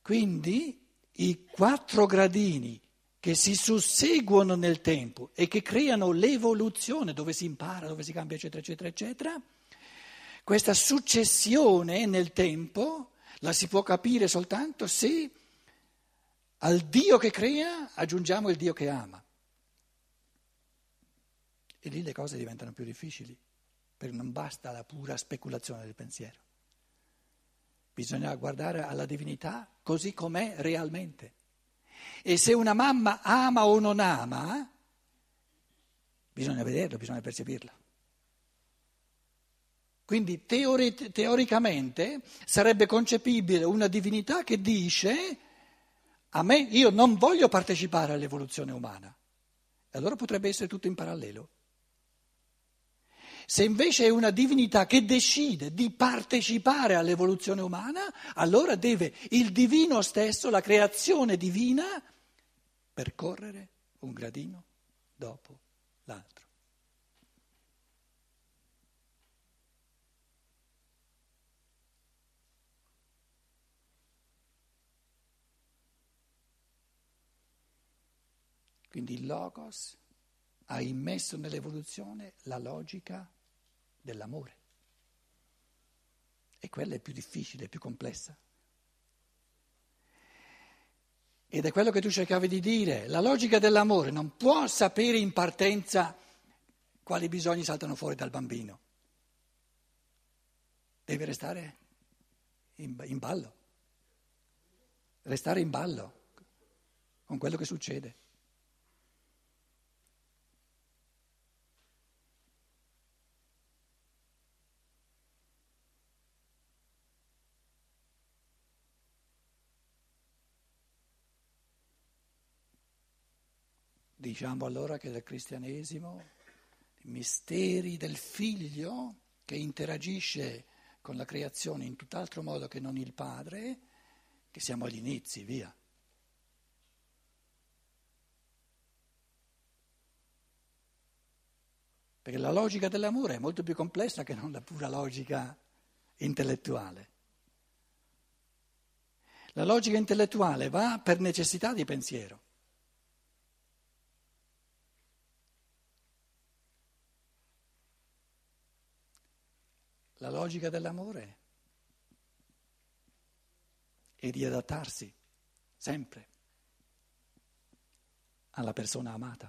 Quindi i 4 gradini che si susseguono nel tempo e che creano l'evoluzione, dove si impara, dove si cambia, eccetera, eccetera, eccetera, questa successione nel tempo la si può capire soltanto se al Dio che crea aggiungiamo il Dio che ama. E lì le cose diventano più difficili, perché non basta la pura speculazione del pensiero. Bisogna guardare alla divinità così com'è realmente. E se una mamma ama o non ama, bisogna vederlo, bisogna percepirlo. Quindi teoricamente sarebbe concepibile una divinità che dice: a me, io non voglio partecipare all'evoluzione umana. E allora potrebbe essere tutto in parallelo. Se invece è una divinità che decide di partecipare all'evoluzione umana, allora deve il divino stesso, la creazione divina, percorrere un gradino dopo l'altro. Quindi il Logos ha immesso nell'evoluzione la logica dell'amore. E quella è più difficile, più complessa. Ed è quello che tu cercavi di dire. La logica dell'amore non può sapere in partenza quali bisogni saltano fuori dal bambino. Deve restare in ballo. Restare in ballo con quello che succede. Diciamo allora che del cristianesimo, i misteri del figlio che interagisce con la creazione in tutt'altro modo che non il padre, che siamo agli inizi, via. Perché la logica dell'amore è molto più complessa che non la pura logica intellettuale. La logica intellettuale va per necessità di pensiero. La logica dell'amore è di adattarsi sempre alla persona amata.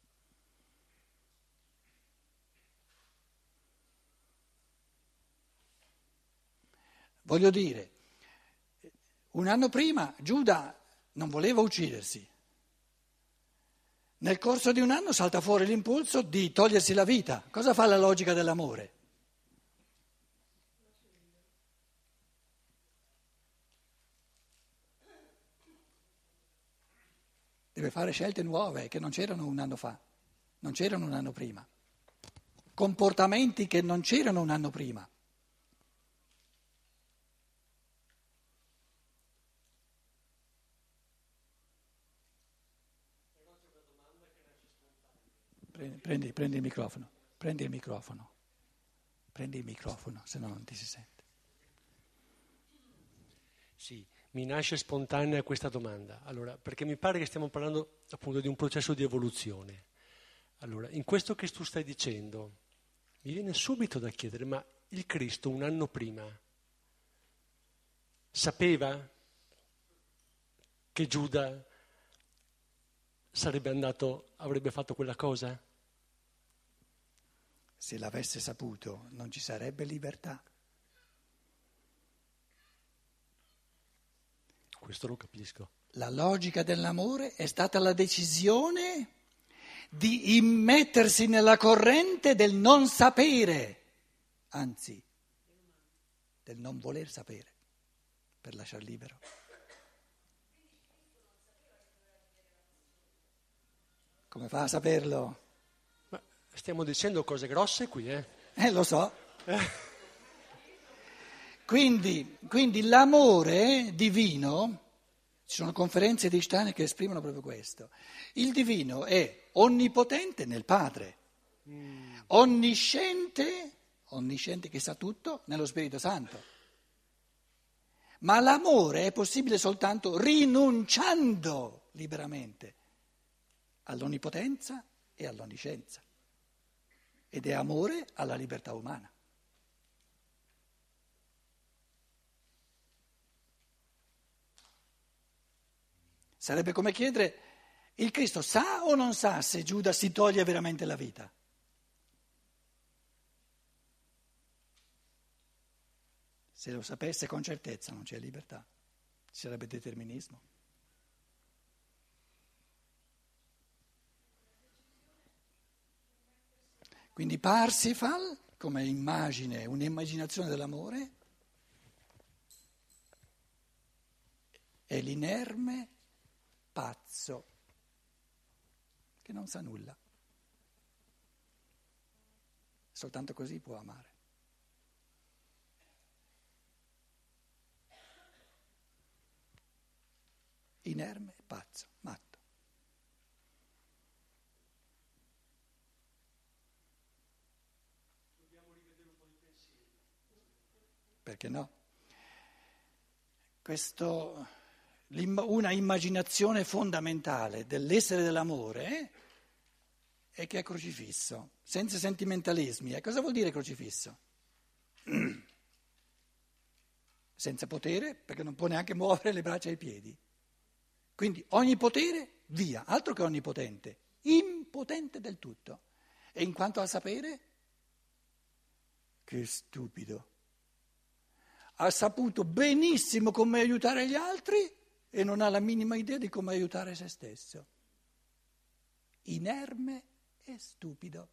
Voglio dire, un anno prima Giuda non voleva uccidersi. Nel corso di un anno salta fuori l'impulso di togliersi la vita. Cosa fa la logica dell'amore? Deve fare scelte nuove che non c'erano un anno fa, non c'erano un anno prima. Comportamenti che non c'erano un anno prima. Prendi il microfono, se no non ti si sente. Sì, mi nasce spontanea questa domanda, allora, perché mi pare che stiamo parlando appunto di un processo di evoluzione. Allora, in questo che tu stai dicendo, mi viene subito da chiedere, ma il Cristo un anno prima sapeva che Giuda avrebbe fatto quella cosa? Se l'avesse saputo non ci sarebbe libertà. Questo lo capisco. La logica dell'amore è stata la decisione di immettersi nella corrente del non sapere, anzi, del non voler sapere, per lasciar libero. Come fa a saperlo? Ma stiamo dicendo cose grosse qui, Lo so. Quindi l'amore divino, ci sono conferenze di Steiner che esprimono proprio questo. Il divino è onnipotente nel Padre, onnisciente che sa tutto nello Spirito Santo. Ma l'amore è possibile soltanto rinunciando liberamente all'onnipotenza e all'onniscienza. Ed è amore alla libertà umana. Sarebbe come chiedere, il Cristo sa o non sa se Giuda si toglie veramente la vita? Se lo sapesse con certezza non c'è libertà, ci sarebbe determinismo. Quindi Parsifal, come immagine, un'immaginazione dell'amore, è l'inerme pazzo che non sa nulla. Soltanto così può amare. Inerme, pazzo, matto. Dobbiamo rivedere un po' di pensieri. Perché no? Una immaginazione fondamentale dell'essere dell'amore è che è crocifisso, senza sentimentalismi. E cosa vuol dire crocifisso? Senza potere, perché non può neanche muovere le braccia e i piedi. Quindi ogni potere, via, altro che onnipotente, impotente del tutto. E in quanto a sapere, che stupido. Ha saputo benissimo come aiutare gli altri e non ha la minima idea di come aiutare se stesso. Inerme e stupido.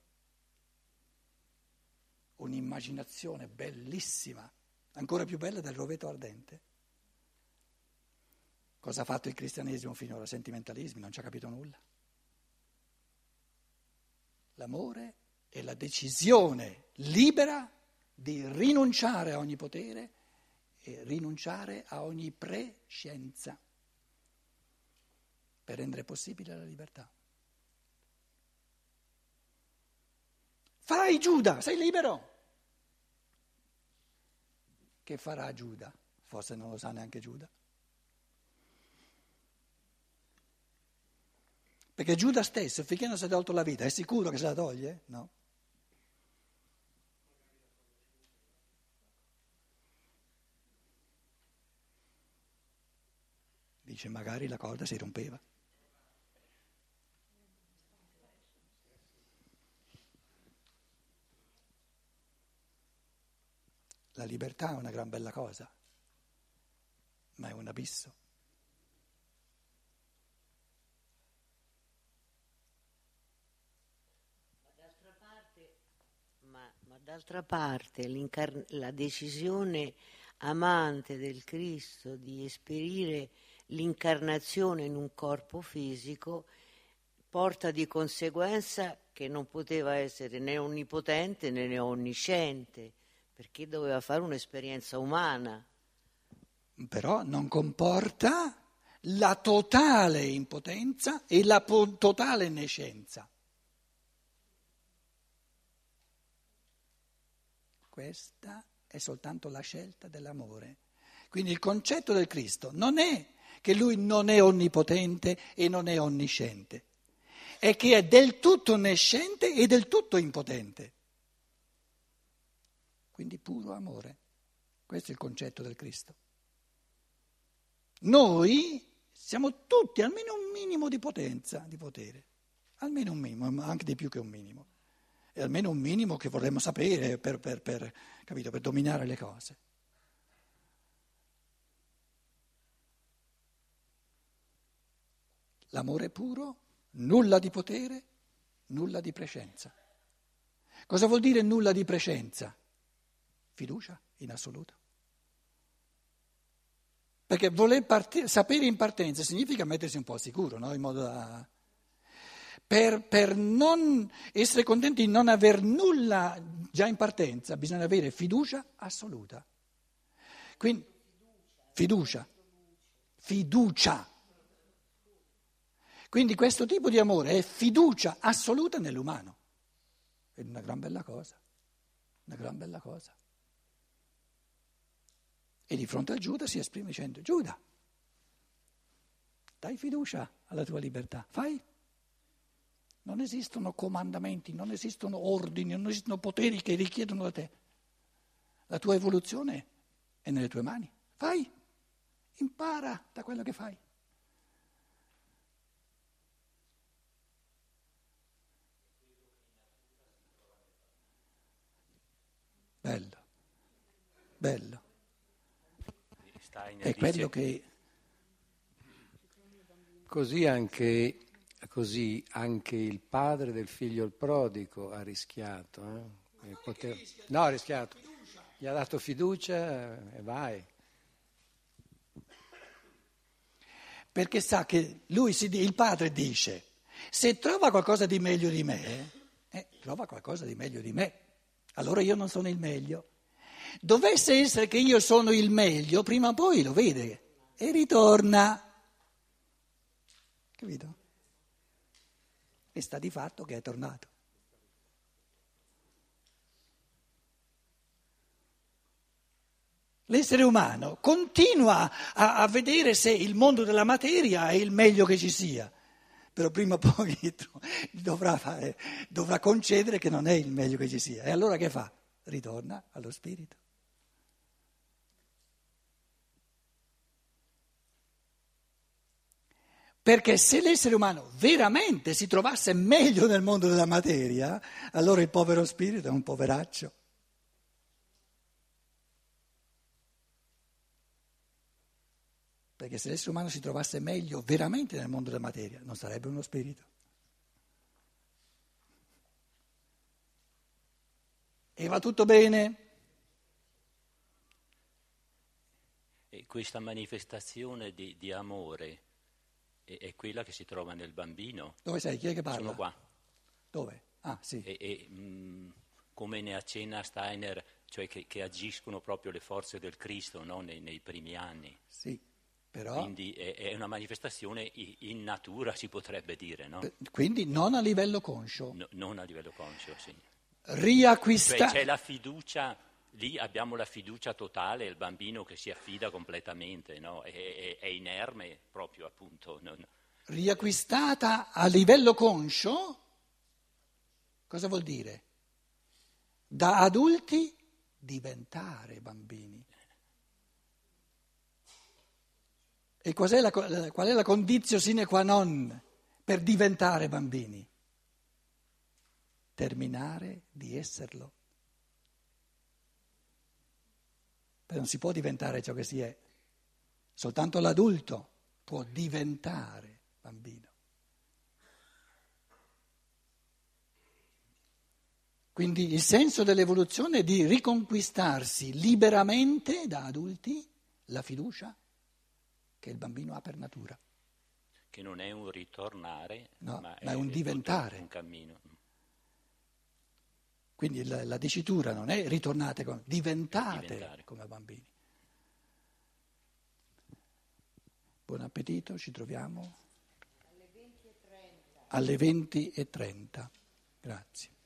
Un'immaginazione bellissima, ancora più bella del roveto ardente. Cosa ha fatto il cristianesimo finora? Sentimentalismi, non ci ha capito nulla. L'amore è la decisione libera di rinunciare a ogni potere e rinunciare a ogni prescienza per rendere possibile la libertà. Fai Giuda, sei libero. Che farà Giuda? Forse non lo sa neanche Giuda. Perché Giuda stesso, finché non si è tolto la vita, è sicuro che se la toglie? No. Dice magari la corda si rompeva. La libertà è una gran bella cosa, ma è un abisso. Ma d'altra parte la decisione amante del Cristo di esperire l'incarnazione in un corpo fisico porta di conseguenza che non poteva essere né onnipotente né onnisciente, perché doveva fare un'esperienza umana. Però non comporta la totale impotenza e la totale nescenza. Questa è soltanto la scelta dell'amore. Quindi il concetto del Cristo non è che lui non è onnipotente e non è onnisciente, è che è del tutto nescente e del tutto impotente. Quindi puro amore. Questo è il concetto del Cristo. Noi siamo tutti almeno un minimo di potenza, di potere, almeno un minimo, anche di più che un minimo. E almeno un minimo che vorremmo sapere capito, per dominare le cose. L'amore puro, nulla di potere, nulla di prescienza. Cosa vuol dire nulla di prescienza? Fiducia in assoluto. Perché voler sapere in partenza significa mettersi un po' al sicuro, no? In modo da... Per non essere contenti di non aver nulla già in partenza, bisogna avere fiducia assoluta. Quindi, fiducia. Quindi questo tipo di amore è fiducia assoluta nell'umano. È una gran bella cosa, una gran bella cosa. E di fronte a Giuda si esprime dicendo: Giuda, dai fiducia alla tua libertà, fai. Non esistono comandamenti, non esistono ordini, non esistono poteri che richiedono da te. La tua evoluzione è nelle tue mani. Fai, impara da quello che fai. Bello, bello. È quello che... Così anche il padre del figlio il prodigo ha rischiato. No, ha rischiato. Gli ha dato fiducia e vai. Perché sa che il padre dice: se trova qualcosa di meglio di me, trova qualcosa di meglio di me. Allora io non sono il meglio. Dovesse essere che io sono il meglio, prima o poi lo vede e ritorna. Capito? E sta di fatto che è tornato. L'essere umano continua a vedere se il mondo della materia è il meglio che ci sia, però prima o poi dovrà concedere che non è il meglio che ci sia. E allora che fa? Ritorna allo spirito. Perché se l'essere umano veramente si trovasse meglio nel mondo della materia, allora il povero spirito è un poveraccio. Perché se l'essere umano si trovasse meglio veramente nel mondo della materia, non sarebbe uno spirito. E va tutto bene? E questa manifestazione di amore è quella che si trova nel bambino. Dove sei? Chi è che parla? Sono qua. Dove? Ah, sì. Come ne accenna Steiner, cioè che agiscono proprio le forze del Cristo, no? nei primi anni. Sì, però... Quindi è una manifestazione in natura, si potrebbe dire, no? Quindi non a livello conscio. No, non a livello conscio, sì. Riacquistare... Cioè c'è la fiducia, lì abbiamo la fiducia totale, il bambino che si affida completamente, no? È inerme proprio, appunto. Riacquistata a livello conscio, cosa vuol dire? Da adulti diventare bambini. E qual è la condizio sine qua non per diventare bambini? Terminare di esserlo. Perché non si può diventare ciò che si è. Soltanto l'adulto può diventare bambino. Quindi il senso dell'evoluzione è di riconquistarsi liberamente da adulti la fiducia che il bambino ha per natura. Che non è un ritornare, no, ma è un diventare. Un cammino. Quindi la dicitura non è ritornate, diventate come bambini. Buon appetito, ci troviamo alle 20:30. Grazie.